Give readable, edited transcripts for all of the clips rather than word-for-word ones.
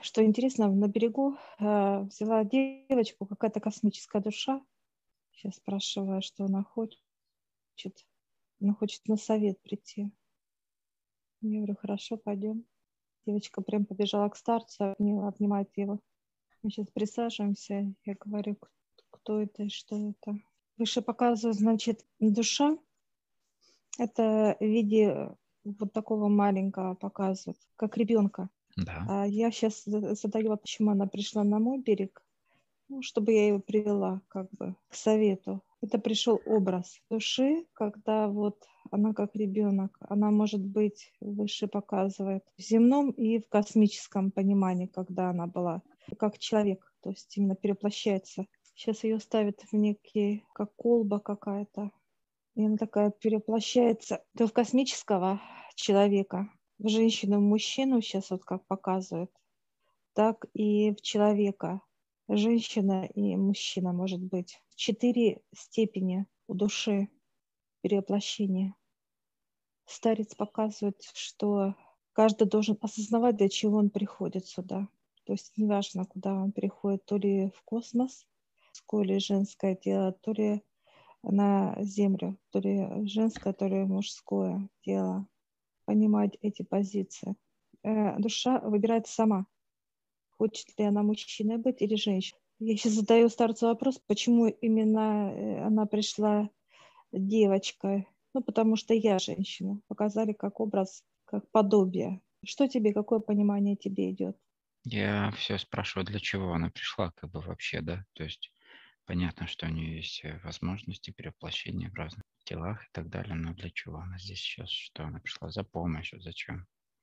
Что интересно, на берегу взяла девочку, какая-то космическая душа. Сейчас спрашиваю, что она хочет. Она хочет на совет прийти. Я говорю, хорошо, пойдем. Девочка прям побежала к старцу, обнимает его. Мы сейчас присаживаемся. Я говорю, кто это и что это. Выше показываю, значит, душа. Это в виде вот такого маленького показывают, как ребенка. Да. А я сейчас задаю, почему она пришла на мой берег, ну, чтобы я ее привела как бы к совету. Это пришел образ души, когда вот она как ребенок, она может быть выше показывает в земном и в космическом понимании, когда она была как человек, то есть именно перевоплощается. Сейчас ее ставят в некий, как колба какая-то, и она такая перевоплощается то в космического человека, в женщину, в мужчину, сейчас вот как показывают, так и в человека. Женщина и мужчина, может быть. 4 степени у души перевоплощения. Старец показывает, что каждый должен осознавать, для чего он приходит сюда. То есть неважно, куда он приходит, то ли в космос, мужское или женское тело, то ли на Землю, то ли женское, то ли мужское тело. Понимать эти позиции. Душа выбирает сама, хочет ли она мужчиной быть или женщиной. Я сейчас задаю старцу вопрос, почему именно она пришла девочкой. Ну, потому что я женщина. Показали как образ, как подобие. Что тебе, какое понимание тебе идет? Я все спрашиваю, для чего она пришла, как бы вообще, да? То есть понятно, что у нее есть возможности перевоплощения в разных телах и так далее, но для чего она здесь сейчас? Что она пришла за помощью? Зачем?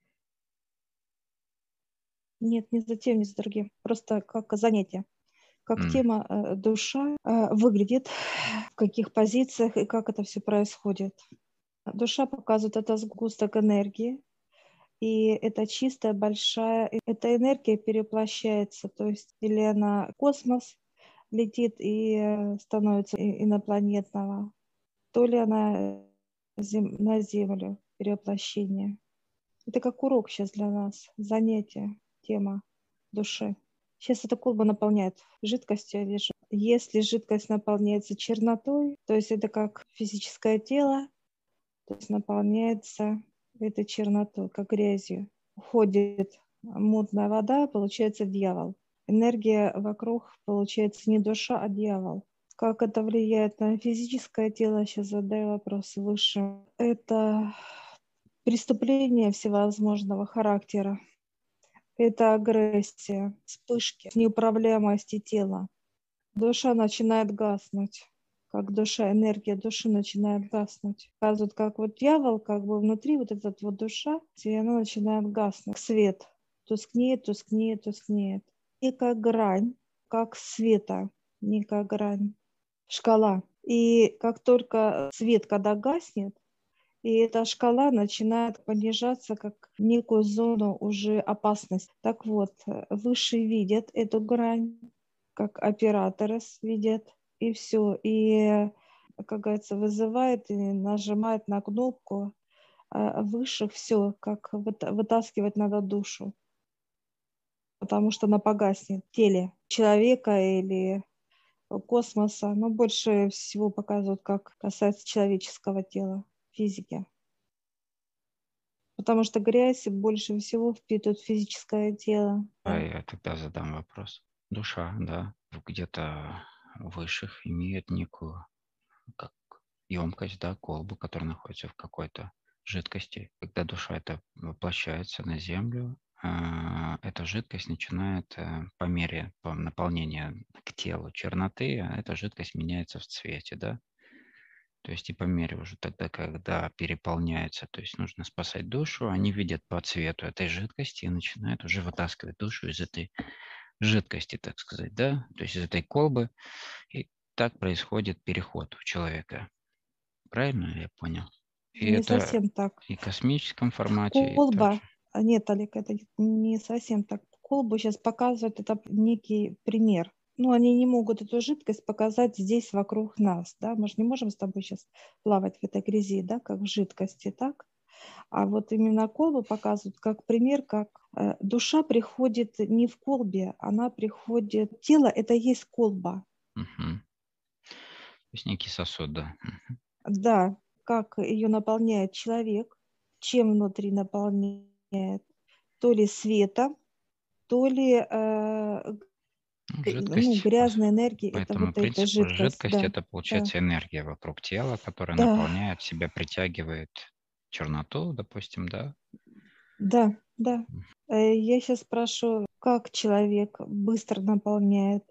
Нет, не за тем, не за другим. Просто как занятие. Как М, тема душа выглядит, в каких позициях и как это все происходит. Душа показывает это сгусток энергии, и это чистая, большая, эта энергия переплощается, то есть или она в космос летит и становится инопланетного, то ли она на Землю, перевоплощение. Это как урок сейчас для нас, занятие, тема души. Сейчас эта колба наполняет жидкостью, я вижу. Если жидкость наполняется чернотой, то есть это как физическое тело, то есть наполняется этой чернотой, как грязью. Уходит мутная вода, получается дьявол. Энергия вокруг получается не душа, а дьявол. Как это влияет на физическое тело? Сейчас задаю вопрос выше. Это преступления всевозможного характера. Это агрессия, вспышки, неуправляемости тела. Душа начинает гаснуть. Как душа, энергия души начинает гаснуть. Показывают, как вот дьявол, как бы внутри вот эта вот душа, и она начинает гаснуть. Свет тускнеет, тускнеет, тускнеет. И как грань, как света, не как грань. Шкала. И как только свет, когда гаснет, и эта шкала начинает понижаться как некую зону уже опасности. Так вот, выше видят эту грань, как операторы видят, и все. И, как говорится, вызывает и нажимает на кнопку. А выше все, как вытаскивать надо душу, потому что она погаснет в теле человека или космоса, но больше всего показывают, как касается человеческого тела, физики. Потому что грязь больше всего впитывает физическое тело. Давай я тогда задам вопрос. Душа, да, где-то высших имеет некую как емкость, да, колбу, которая находится в какой-то жидкости. Когда душа это воплощается на Землю, эта жидкость начинает по мере наполнения к телу черноты, эта жидкость меняется в цвете, да. То есть и по мере уже тогда, когда переполняется, то есть нужно спасать душу, они видят по цвету этой жидкости и начинают уже вытаскивать душу из этой жидкости, так сказать, да, то есть из этой колбы. И так происходит переход у человека. Правильно я понял? И Не это совсем так. и в космическом формате, и Колба, также. нет, Олег, это не совсем так. Колбу сейчас показывают, это некий пример. Ну, они не могут эту жидкость показать здесь вокруг нас, да, мы же не можем с тобой сейчас плавать в этой грязи, да, как в жидкости, так? А вот именно колбу показывают как пример, как душа приходит не в колбе, она приходит... Тело — это и есть колба. Мгм. То есть некий сосуд, да. Мгм. Да, как ее наполняет человек, чем внутри наполняет, то ли светом, то ли Ну, ну, жидкость. грязной энергией, По это этому вот эта принципу жидкость, жидкость — да, это, да, получается, энергия вокруг тела, которая да, наполняет себя, притягивает черноту, допустим, да? да, да. Я сейчас спрошу, как человек быстро наполняет.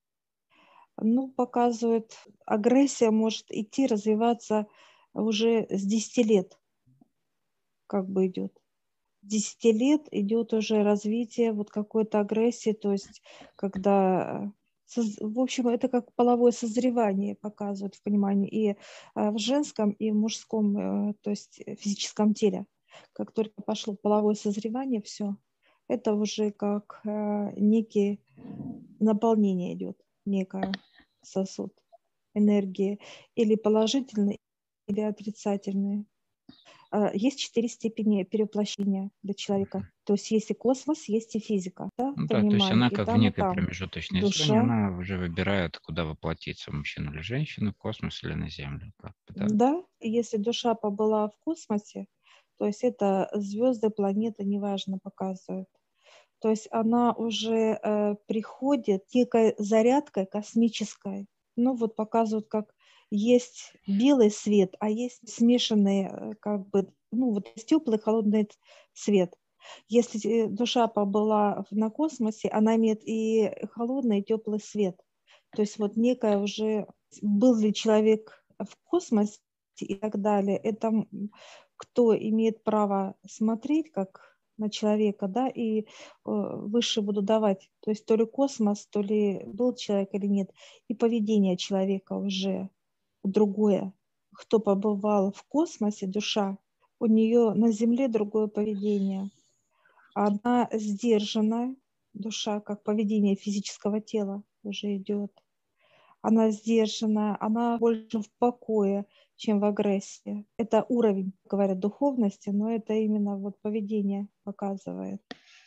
Ну, показывает, агрессия может идти, развиваться уже с 10 лет, как бы идет. С 10 лет идет уже развитие вот какой-то агрессии, то есть когда, в общем, это как половое созревание показывает в понимании и в женском, и в мужском, то есть физическом теле. Как только пошло половое созревание, все, это уже как некий наполнение идет, некое сосуд энергии, или положительный, или отрицательный. Есть 4 степени перевоплощения для человека. То есть есть и космос, есть и физика, да, Ну да, то есть понимание, она и как в там, и некой там. промежуточной зоне, Душа, она уже выбирает, куда воплотиться, в мужчину или женщину, в космос или на Землю, как бы, да? да, и если душа побыла в космосе, то есть это звезды, планеты, неважно, показывают. То есть она уже приходит некой зарядкой космической. Ну вот показывают, как есть белый свет, а есть смешанный, как бы, ну вот есть теплый, холодный свет. Если душа побыла на космосе, она имеет и холодный, и теплый свет. То есть вот некая уже, был ли человек в космосе и так далее, это кто имеет право смотреть, как на человека, да, и выше буду давать. То есть то ли космос, то ли был человек или нет. И поведение человека уже другое. Кто побывал в космосе, душа, у нее на Земле другое поведение. Она сдержанная, душа, как поведение физического тела уже идет. Она сдержанная, она больше в покое, чем в агрессии. Это уровень, говорят, духовности, но это именно вот поведение показывает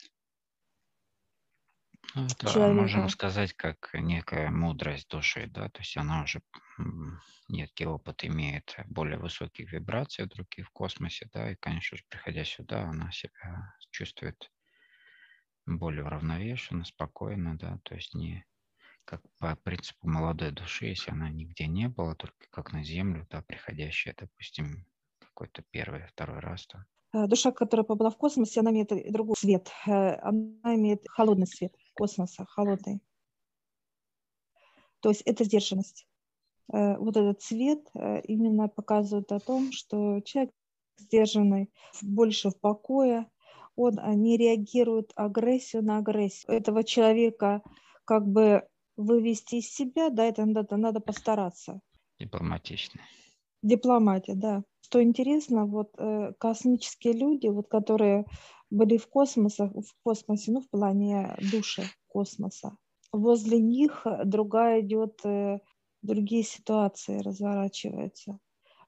Ну, это можем человека. сказать, как некая мудрость души, да, то есть она уже некий опыт имеет более высоких вибраций в других в космосе, да, и, конечно же, приходя сюда, она себя чувствует более уравновешенно, спокойно, да, то есть не как по принципу молодой души, если она нигде не была, только как на Землю, да, приходящая, допустим, какой-то первый, второй раз там. Душа, которая побыла в космосе, она имеет другой цвет. Она имеет холодный цвет космоса, холодный. То есть это сдержанность. Вот этот цвет именно показывает о том, что человек сдержанный, больше в покое, он не реагирует агрессию на агрессию. Этого человека как бы вывести из себя, да, это надо постараться. Дипломатичный. Дипломатия, да. Что интересно, вот космические люди, вот которые были в космосе, ну, в плане души космоса, возле них другая идет, другие ситуации разворачиваются.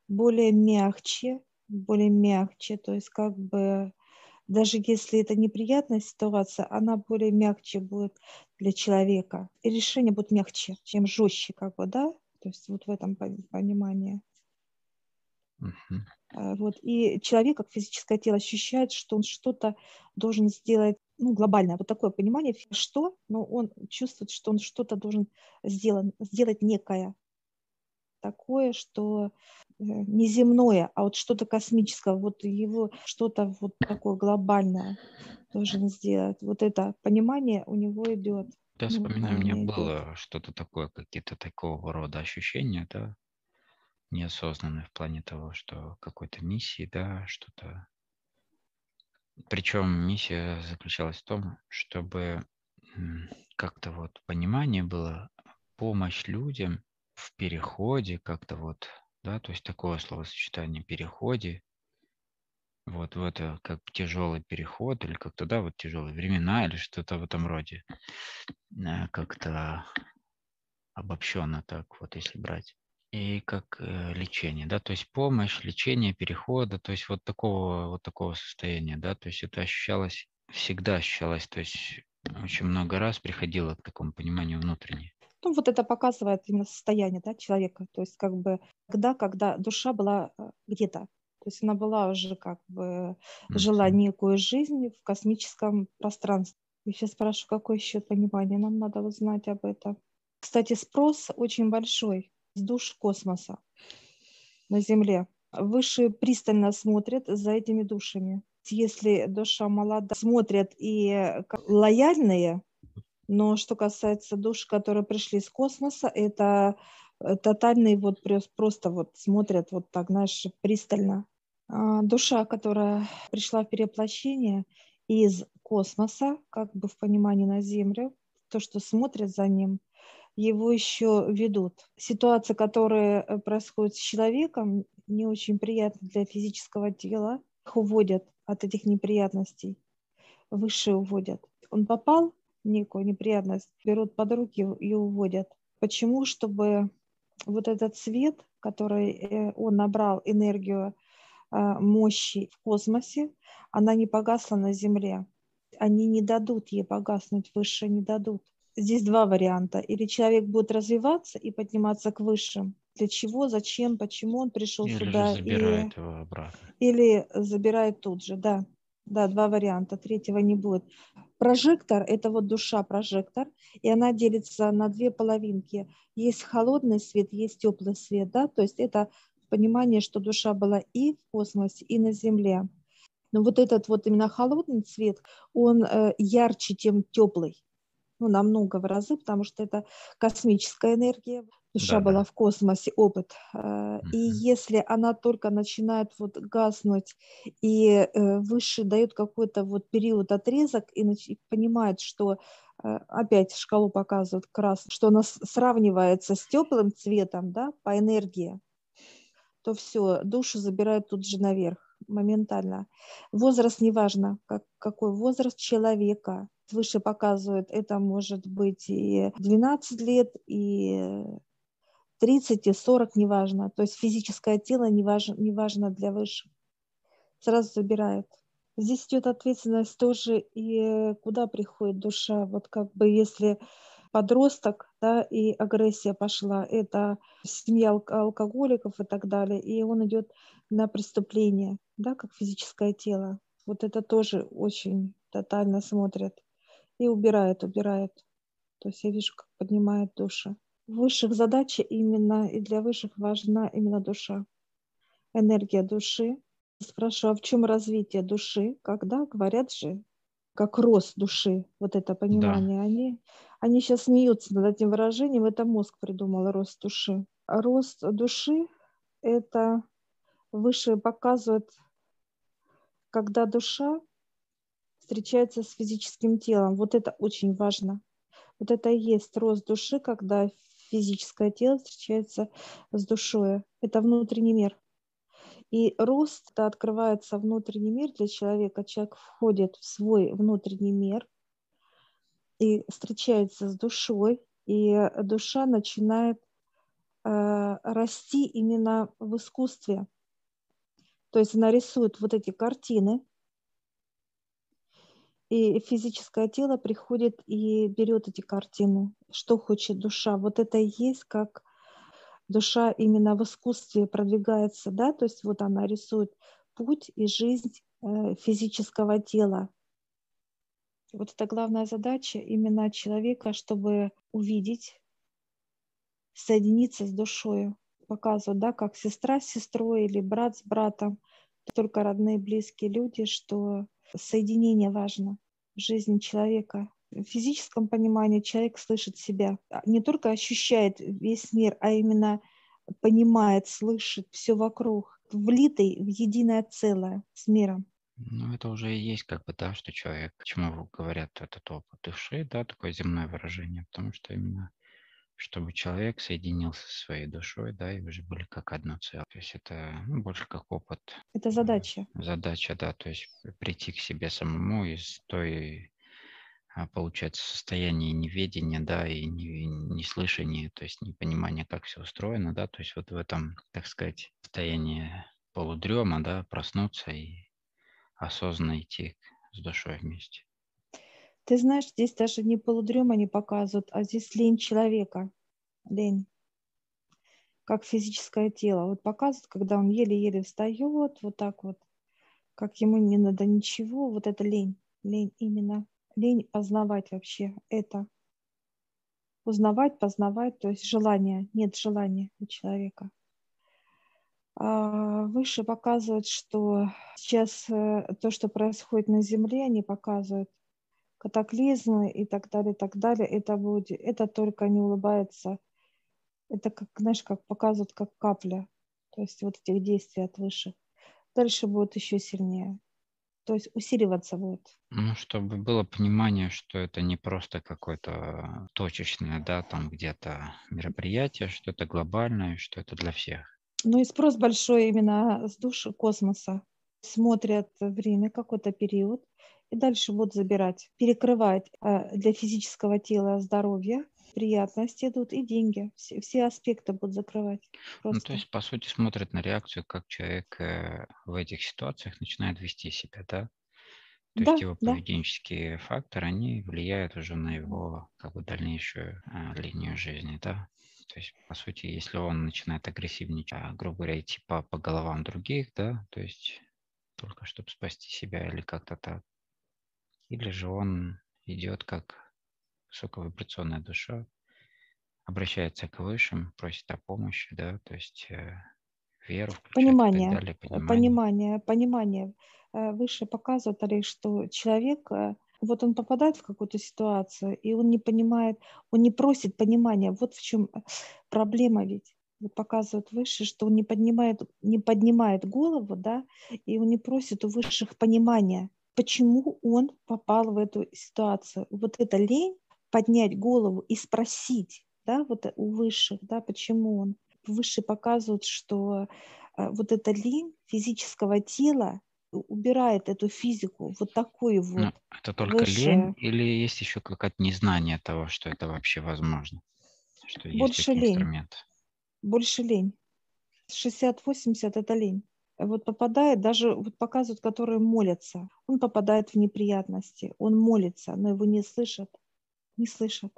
Более мягче, то есть как бы даже если это неприятная ситуация, она более мягче будет для человека. И решение будет мягче, чем жестче, как бы, да? То есть вот в этом понимании. Мгм. Вот. И человек, как физическое тело, ощущает, что он что-то должен сделать, ну, глобальное, вот такое понимание, что, но он чувствует, что он что-то должен сделать некое такое, что неземное, а вот что-то космическое, вот его что-то вот такое глобальное должен сделать. Вот это понимание у него идет, Да, ну, вспоминаю, у меня мне идет. было что-то такое, какие-то такого рода ощущения, да, неосознанные в плане того, что какой-то миссии, да, что-то. Причем миссия заключалась в том, чтобы как-то вот понимание было, помощь людям в переходе, как-то вот, да, то есть такое словосочетание переходе, вот в это как тяжелый переход или как-то, да, вот тяжелые времена или что-то в этом роде, как-то обобщенно так вот, если брать. И как лечение, да, то есть помощь, лечение, перехода, то есть вот такого состояния, да, то есть это ощущалось, всегда ощущалось, то есть очень много раз приходило к такому пониманию внутреннему. Ну, вот это показывает именно состояние, да, человека. То есть как бы когда душа была где-то, то есть она была уже как бы жила Мгм. некую жизнь в космическом пространстве. И сейчас спрашиваю, какое еще понимание нам надо узнать об этом. Кстати, спрос очень большой с душ космоса на Земле. Высшие пристально смотрят за этими душами. Если душа молода, смотрят и лояльные, но что касается душ, которые пришли из космоса, это тотальный вот просто вот смотрят вот так, знаешь, пристально. Душа, которая пришла в перевоплощение из космоса, как бы в понимании на Землю, то, что смотрят за ним, его еще ведут. Ситуации, которые происходят с человеком, не очень приятны для физического тела, их уводят от этих неприятностей, выше уводят. Он попал в некую неприятность, берут под руки и уводят. Почему? Чтобы вот этот свет, который он набрал энергию мощи в космосе, она не погасла на Земле. Они не дадут ей погаснуть, выше не дадут. Здесь два варианта. Или человек будет развиваться и подниматься к высшим. Для чего, зачем, почему он пришел Или же сюда, забирает его обратно. или забирает тут же, да. Да, два варианта, третьего не будет. Прожектор– это вот душа прожектор, и она делится на две половинки. Есть холодный свет, есть теплый свет, да, то есть это понимание, что душа была и в космосе, и на Земле. Но вот этот вот именно холодный цвет, он ярче, чем теплый, ну, намного в разы, потому что это космическая энергия. Душа была Да-да. в космосе, опыт. И Мгм. если она только начинает вот гаснуть и выше дает какой-то вот период, отрезок, и понимает, что опять шкалу показывают красный, что она сравнивается с теплым цветом, да, по энергии, то все, душу забирают тут же наверх, моментально. Возраст неважно, какой возраст человека. Выше показывают, это может быть и 12 лет, и 30, и 40, неважно. То есть физическое тело неважно для высших. Сразу забирают. Здесь идет ответственность тоже, и куда приходит душа. Вот как бы если подросток, да, и агрессия пошла, это семья алкоголиков и так далее, и он идет на преступление, да, как физическое тело. Вот это тоже очень тотально смотрят и убирает. То есть я вижу, как поднимает души. Высших задача именно, и для высших важна именно душа, энергия души. Спрашиваю, а в чем развитие души? Когда говорят же, как рост души, вот это Да. понимание, они сейчас смеются над этим выражением, это мозг придумал, рост души. А рост души– это выше показывает, когда душа встречается с физическим телом. Вот это очень важно. Вот это и есть рост души, когда физическое тело встречается с душой. Это внутренний мир. И рост, это открывается внутренний мир для человека. Человек входит в свой внутренний мир и встречается с душой, и душа начинает расти именно в искусстве. То есть она рисует вот эти картины, и физическое тело приходит и берет эти картины. Что хочет душа? Вот это и есть как душа именно в искусстве продвигается, да, то есть вот она рисует путь и жизнь физического тела. Вот это главная задача именно человека, чтобы увидеть, соединиться с душой, показывают, да, как сестра с сестрой или брат с братом, только родные, близкие люди, что соединение важно в жизни человека. В физическом понимании человек слышит себя, не только ощущает весь мир, а именно понимает, слышит все вокруг, влитый в единое целое с миром. Ну, это уже и есть как бы, да, что человек, почему говорят этот опыт души, да, такое земное выражение, потому что именно чтобы человек соединился со своей душой, да, и уже были как одно целое. То есть это ну, больше как опыт, Это задача. задача, да, то есть прийти к себе самому из той получается, состояние неведения, да, и неслышания, то есть непонимания, как все устроено, да, то есть вот в этом, так сказать, состоянии полудрема, да, проснуться и осознанно идти с душой вместе. Ты знаешь, здесь даже не полудрема не показывают, а здесь лень человека. Лень, как физическое тело. Вот показывают, когда он еле-еле встает, вот так вот, как ему не надо ничего, вот это лень. Лень именно. Лень познавать вообще это. Узнавать, познавать, то есть желание. Нет желания у человека. Выше показывают, что сейчас то, что происходит на Земле, они показывают катаклизмы и так далее, так далее. Это будет, это только не улыбается. Это как, знаешь, как показывают, как капля. То есть вот этих действий от выше. Дальше будет еще сильнее. То есть усиливаться будет. Ну, чтобы было понимание, что это не просто какое-то точечное, да, там где-то мероприятие, что это глобальное, что это для всех. Ну и спрос большой именно с души космоса. Смотрят время, какой-то период, и дальше будут забирать, перекрывать для физического тела здоровье, приятности идут и деньги. Все аспекты будут закрывать Ну, то просто. есть, по сути, смотрят на реакцию, как человек в этих ситуациях начинает вести себя, да? То Да, есть его да. поведенческие факторы, они влияют уже на его как бы дальнейшую линию жизни, да? То есть, по сути, если он начинает агрессивничать, грубо говоря, идти по головам других, да, то есть только чтобы спасти себя или как-то так, или же он идет как высоковибрационная душа, обращается к высшим, просит о помощи, да, то есть веру включает и так Понимание, далее, понимание. понимание. Выше показывает, Олег, что человек, вот он попадает в какую-то ситуацию, и он не понимает, он не просит понимания. Вот в чем проблема ведь. Вот показывают выше, что он не поднимает голову, да, и он не просит у высших понимания, почему он попал в эту ситуацию. Вот эта лень поднять голову и спросить, да, вот у высших, да, почему он. Выше показывают, что вот эта лень физического тела убирает эту физику, вот такую Ну, вот, это только лень высшее, или есть еще какое-то незнание того, что это вообще возможно, что есть больше такие лень, инструменты? больше лень. 60-80 это лень. Вот попадает, даже вот показывают, которые молятся, он попадает в неприятности, он молится, но его не слышат, не слышат.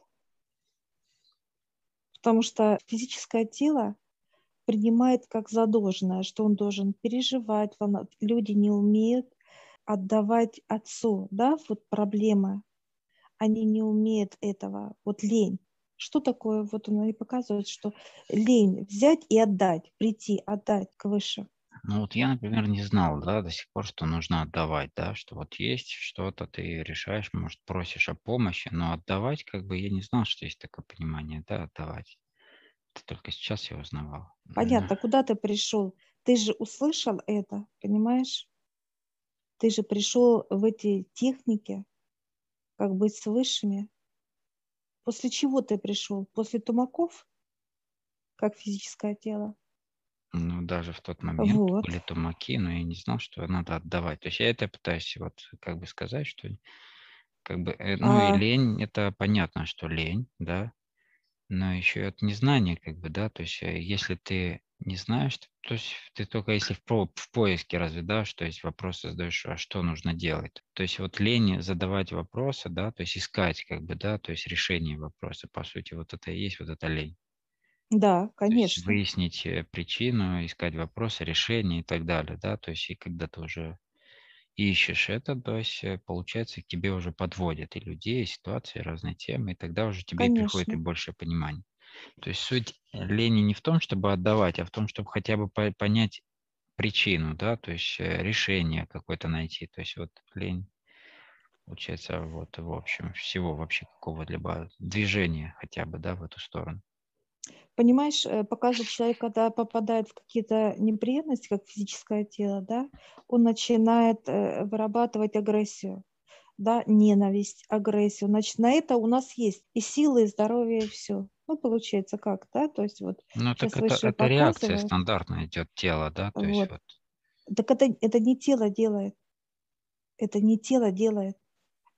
Потому что физическое тело принимает как задолженное, что он должен переживать, люди не умеют отдавать отцу, да, вот проблема, они не умеют этого, вот лень. Что такое, вот он и показывает, что лень взять и отдать, прийти, отдать к выше. Ну вот я, например, не знал, да, до сих пор, что нужно отдавать, да, что вот есть что-то, ты решаешь, может, просишь о помощи, но отдавать, как бы, я не знал, что есть такое понимание, да, отдавать. Это только сейчас я узнавал. Понятно, куда ты пришел? Ты же услышал это, понимаешь? Ты же пришел в эти техники, как быть с высшими. После чего ты пришел? После тумаков, как физическое тело? Ну, даже в тот момент Вот, были тумаки, но я не знал, что надо отдавать. То есть я это пытаюсь вот как бы сказать, что как бы, ну и а, лень, это понятно, что лень, да, но еще это незнание, как бы, да, то есть если ты не знаешь, то есть ты только если в поиске разве, да, что есть вопросы задаешь, а что нужно делать. То есть вот лень задавать вопросы, да, то есть искать, как бы, да, то есть решение вопроса, по сути, вот это и есть вот эта лень. да, То есть конечно, выяснить причину, искать вопросы, решения и так далее, да, то есть и когда ты уже ищешь это, то есть получается к тебе уже подводят и людей, и ситуации, и разные темы, и тогда уже тебе и приходит и конечно, большее понимание. То есть суть лени не в том, чтобы отдавать, а в том, чтобы хотя бы понять причину, да, то есть решение какое-то найти. То есть вот лень, получается, вот в общем всего вообще какого-либо движения хотя бы, да, в эту сторону. понимаешь, показывает человек, когда попадает в какие-то неприятности, как физическое тело, да, он начинает вырабатывать агрессию, да, ненависть, агрессию. Значит, на это у нас есть и силы, и здоровье, и все. Ну, получается как, да, то есть вот Ну так сейчас высшие это реакция показывают, стандартная идет тела, да, то есть вот. вот. Так это не тело делает, это не тело делает,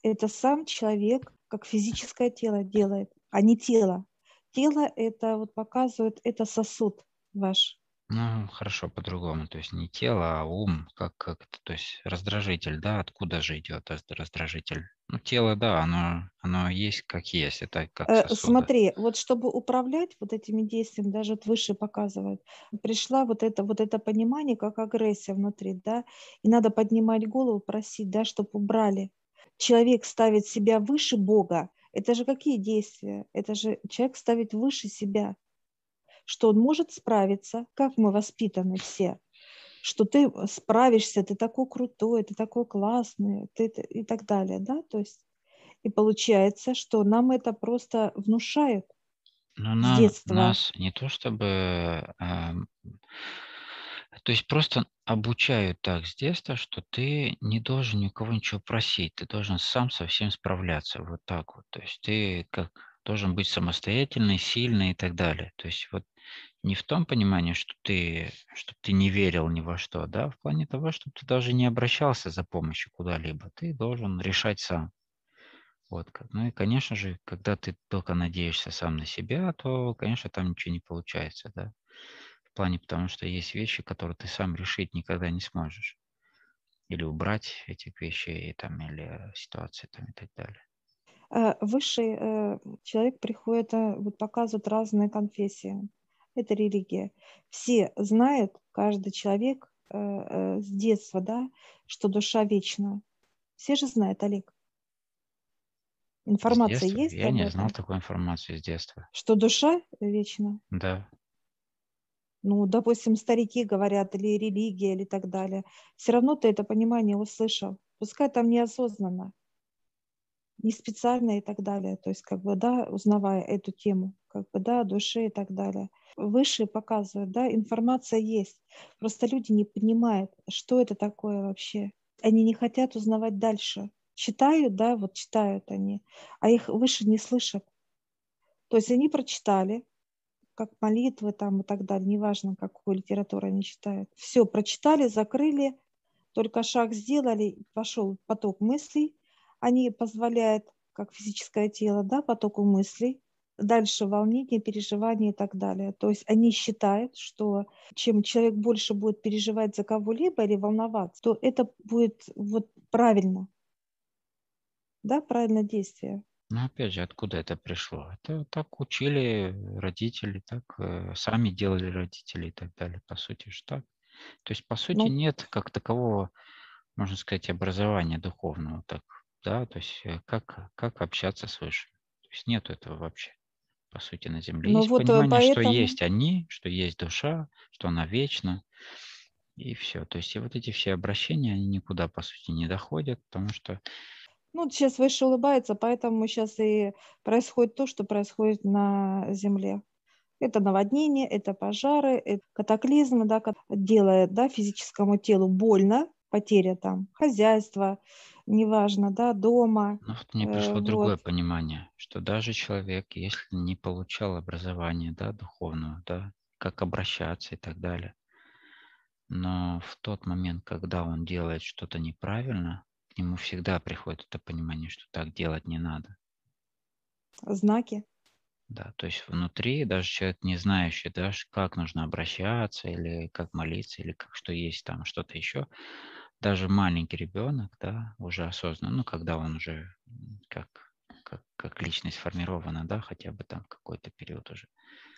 Это сам человек, как физическое тело делает, а не тело. Тело это вот показывает, это сосуд ваш. Ну, хорошо, по-другому. То есть не тело, а ум, как это, то есть раздражитель, да, откуда же идет раздражитель? Ну, тело, да, оно есть как есть, это как сосуды. Смотри, вот чтобы управлять вот этими действиями, даже вот выше показывает, пришла вот это понимание, как агрессия внутри, да, и надо поднимать голову, просить, да, чтобы убрали. Человек ставит себя выше Бога. Это же какие действия? Это же человек ставит выше себя, что он может справиться, как мы воспитаны все, что ты справишься, ты такой крутой, ты такой классный, и так далее, да, то есть и получается, что нам это просто внушают Но с нам, детства. нас не то чтобы, то есть просто обучают так с детства, что ты не должен никого ничего просить, ты должен сам со всем справляться, вот так вот. То есть ты как должен быть самостоятельный, сильный и так далее. То есть вот не в том понимании, что ты не верил ни во что, да, в плане того, что ты даже не обращался за помощью куда-либо, ты должен решать сам. Вот как. Ну и, конечно же, когда ты только надеешься сам на себя, то, конечно, там ничего не получается, да. В плане, потому что есть вещи, которые ты сам решить никогда не сможешь. Или убрать этих вещей, там, или ситуации, там, и так далее. Высший человек приходит, вот показывают разные конфессии. Это религия. Все знают, каждый человек с детства, да, что душа вечна. Все же знают, Олег. С Информация детства есть я об не знал этом, такой информации с детства. что душа вечна. Да. Ну, допустим, старики говорят, или религия, или так далее. Все равно ты это понимание услышал. Пускай там неосознанно, не специально и так далее. То есть, как бы, да, узнавая эту тему, как бы, да, о душе и так далее. Выше показывают, да, информация есть. Просто люди не понимают, что это такое вообще. Они не хотят узнавать дальше. Читают, да, вот читают они, а их выше не слышат. То есть они прочитали, как молитвы там и так далее, неважно, какую литературу они читают. Все, прочитали, закрыли, только шаг сделали, пошел поток мыслей, они позволяют, как физическое тело, да, потоку мыслей, дальше волнение, переживания и так далее. То есть они считают, что чем человек больше будет переживать за кого-либо или волноваться, то это будет вот правильно, да, правильное действие. Но опять же, откуда это пришло? Это так учили родители, так сами делали родители и так далее. По сути же так. То есть, по сути, Ну, нет как такового, можно сказать, образования духовного. Так, да? То есть, как общаться с Высшим. То есть, нету этого вообще, по сути, на Земле. ну Есть вот понимание, что поэтому, есть они, что есть душа, что она вечна, и все. То есть, и вот эти все обращения, они никуда, по сути, не доходят, потому что ну, сейчас выше улыбается, поэтому сейчас и происходит то, что происходит на Земле. Это наводнение, это пожары, это катаклизмы, да, делает, да, физическому телу больно, потеря там хозяйства, неважно, да, дома, ну, вот мне пришло другое вот. понимание, что даже человек, если не получал образования, да, духовного, да, как обращаться и так далее, но в тот момент, когда он делает что-то неправильно, к нему всегда приходит это понимание, что так делать не надо. Знаки, Да, то есть внутри даже человек, не знающий, да, как нужно обращаться, или как молиться, или как что есть там, что-то еще, даже маленький ребенок, да, уже осознанно, ну, когда он уже как личность сформирована, да, хотя бы там какой-то период уже,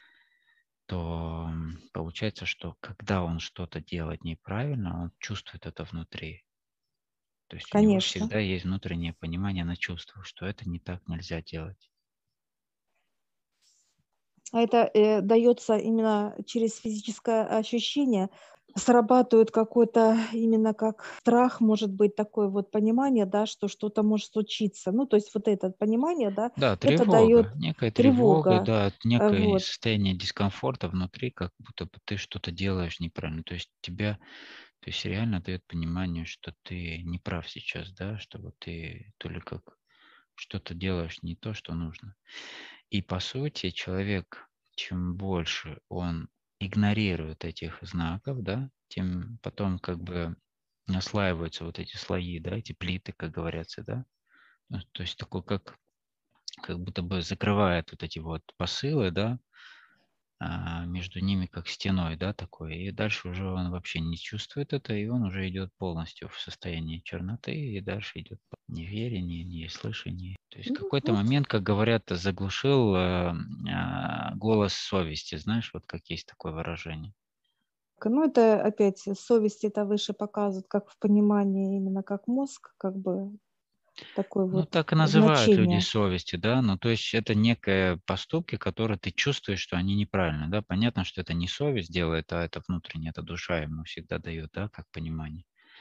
то получается, что когда он что-то делает неправильно, он чувствует это внутри. То есть у него конечно. всегда есть внутреннее понимание на чувствах, что это не так нельзя делать. А это дается именно через физическое ощущение. Срабатывает какой-то именно как страх, может быть, такое вот понимание, да, что что-то может случиться. Ну, то есть вот это понимание, да, Да, это тревога, дает некая тревога, тревога. да, некое Вот. состояние дискомфорта внутри, как будто бы ты что-то делаешь неправильно. То есть тебя, то есть реально дает понимание, что ты не прав сейчас, да, что вот ты то ли как что-то делаешь не то, что нужно. И по сути человек, чем больше он игнорирует этих знаков, да, тем потом как бы наслаиваются вот эти слои, да, эти плиты, как говорится, да, Ну, то есть такой, как будто бы закрывает вот эти вот посылы, да, между ними как стеной, да, такой. И дальше уже он вообще не чувствует это, и он уже идет полностью в состоянии черноты, и дальше идет неверие, неслышание. То есть в Ну, какой-то вот. момент, как говорят, заглушил голос совести, знаешь, вот как есть такое выражение. Ну, это опять совесть, это выше показывает, как в понимании, именно как мозг, как бы такое Ну, вот так и называют люди значение. совести, да, ну, то есть это некие поступки, которые ты чувствуешь, что они неправильны, да, понятно, что это не совесть делает, а это внутренне, это душа ему всегда дает, да, как понимание,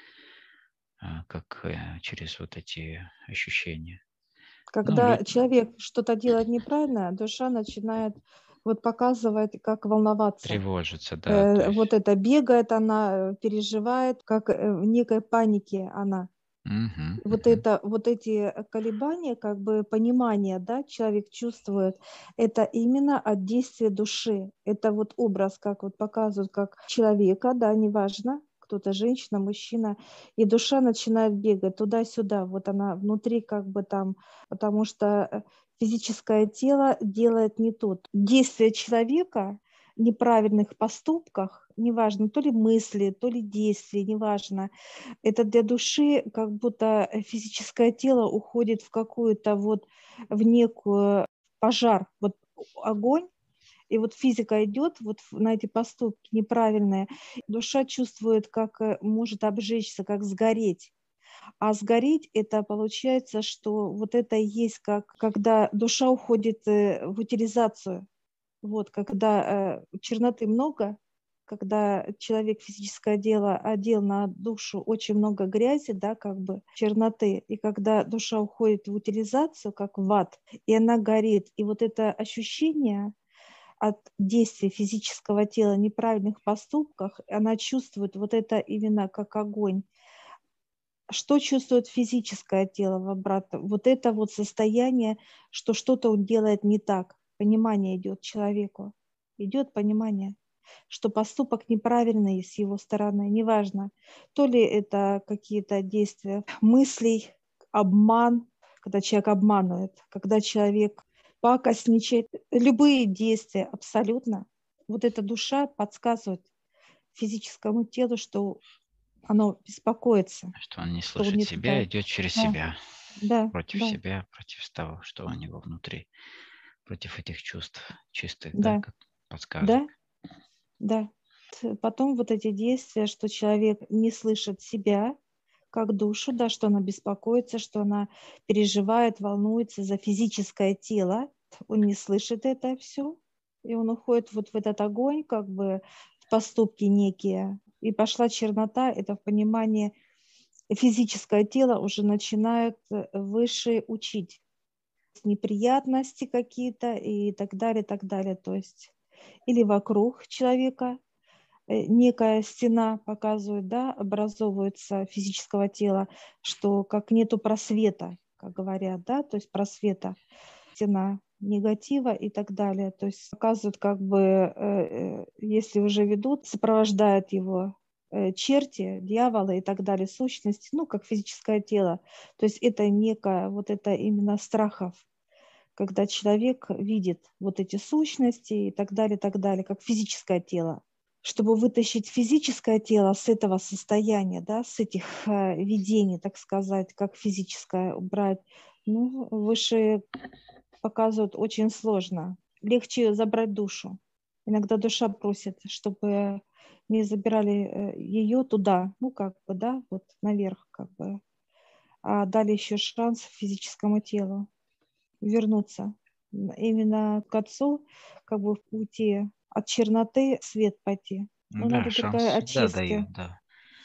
как через вот эти ощущения. Ну, Когда человек что-то делает неправильно, душа начинает вот показывать, как волноваться. тревожится, да, то Вот есть, это бегает она, переживает, как в некой панике она. мгм, Вот мгм. это, вот эти колебания, как бы понимание, да, человек чувствует, это именно от действия души. Это вот образ, как вот показывают, как человека, да, неважно, кто-то женщина, мужчина, и душа начинает бегать туда-сюда. Вот она внутри как бы там, потому что физическое тело делает не тут. Действие человека в неправильных поступках, неважно, то ли мысли, то ли действия, неважно, это для души как будто физическое тело уходит в какую-то вот, в некую пожар. Вот огонь, и вот физика идет вот на эти поступки неправильные. Душа чувствует, как может обжечься, как сгореть. А сгореть это получается, что вот это и есть как, когда душа уходит в утилизацию. Вот, когда черноты много, когда человек физическое дело одел на душу очень много грязи, да, как бы черноты, и когда душа уходит в утилизацию, как в ад, и она горит, и вот это ощущение от действия физического тела, неправильных поступках, она чувствует вот это именно как огонь. Что чувствует физическое тело в обратном? Вот это вот состояние, что что-то он делает не так. Понимание идет человеку. Идет понимание, что поступок неправильный с его стороны. Неважно, то ли это какие-то действия мыслей, обман, когда человек обманывает, когда человек пакостничает. Любые действия абсолютно. Вот эта душа подсказывает физическому телу, что оно беспокоится, что он не что он слышит не себя, туда. идет через Да, себя, да, да, против того, что у него внутри, против этих чувств чистых, да, да, как подсказок. да, да. Потом вот эти действия, что человек не слышит себя как душу, да, что она беспокоится, что она переживает, волнуется за физическое тело. Он не слышит это все, и он уходит вот в этот огонь, как бы в поступки некие. И пошла чернота, это в понимании физическое тело уже начинает выше учить неприятности какие-то и так далее, так далее. То есть или вокруг человека некая стена показывает, да, образовывается физического тела, что как нету просвета, как говорят, да, то есть просвета, стена негатива и так далее. То есть показывают, как бы, если уже ведут, сопровождают его черти, дьяволы и так далее, сущности, ну, как физическое тело. То есть это некое, вот это именно страхов, когда человек видит вот эти сущности и так далее, как физическое тело. Чтобы вытащить физическое тело с этого состояния, да, с этих видений, так сказать, как физическое убрать, ну, выше показывают очень сложно. Легче забрать душу. Иногда душа просит, чтобы не забирали ее туда, ну, как бы, да, вот наверх, как бы, а дали еще шанс физическому телу вернуться именно к Отцу, как бы в пути от черноты в свет пойти. Но Да, надо шанс только всегда очистки, дает, да.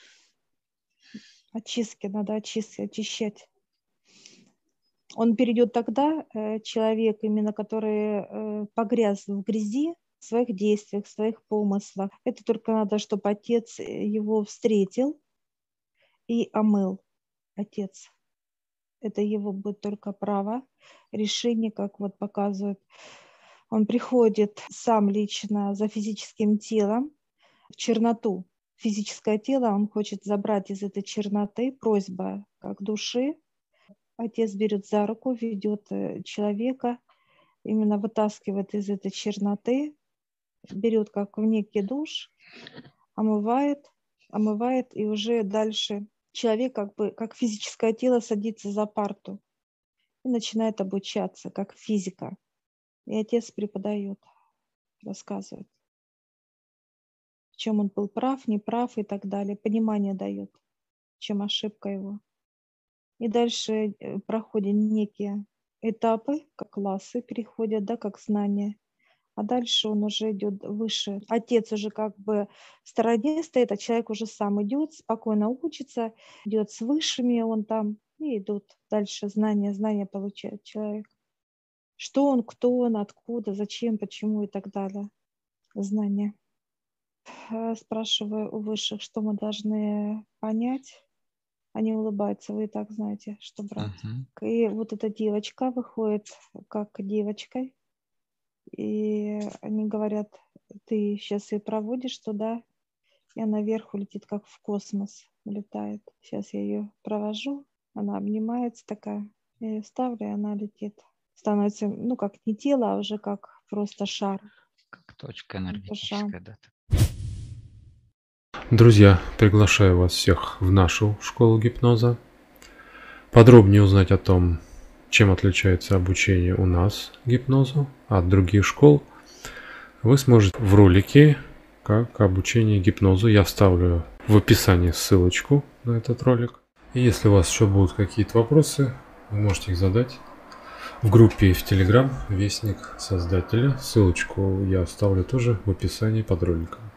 очистки, надо очистки, очищать. Он перейдет тогда, человек, именно который погряз в грязи, в своих действиях, в своих помыслах. Это только надо, чтобы Отец его встретил и омыл. Отец. Это его будет только право, решение, как вот показывает. Он приходит сам лично за физическим телом в черноту. Физическое тело он хочет забрать из этой черноты, просьба как души, отец берет за руку, ведет человека, именно вытаскивает из этой черноты, берет как в некий душ, омывает, и уже дальше человек как бы как физическое тело садится за парту и начинает обучаться, как физика. И отец преподает, рассказывает, в чем он был прав, неправ и так далее. Понимание дает, в чем ошибка его. И дальше проходят некие этапы, как классы переходят, да, как знания. А дальше он уже идет выше. Отец уже как бы в стороне стоит, а человек уже сам идет, спокойно учится, идет с высшими, он там, и идут дальше знания получает человек. Что он, кто он, откуда, зачем, почему и так далее. Знания. Спрашиваю у высших, что мы должны понять. Они улыбаются, вы и так знаете, что брать. И вот эта девочка выходит как девочкой. И они говорят, ты сейчас ее проводишь туда, и она вверх улетит, как в космос улетает. Сейчас я ее провожу, она обнимается такая, я ее ставлю, и она летит. Становится, ну, как не тело, а уже как просто шар. Как точка энергетическая, да. Друзья, приглашаю вас всех в нашу школу гипноза. Подробнее узнать о том, чем отличается обучение у нас гипнозу от других школ, вы сможете в ролике как обучение гипнозу. Я вставлю в описании ссылочку на этот ролик. И если у вас еще будут какие-то вопросы, вы можете их задать в группе в Telegram Вестник Создателя. Ссылочку я оставлю тоже в описании под роликом.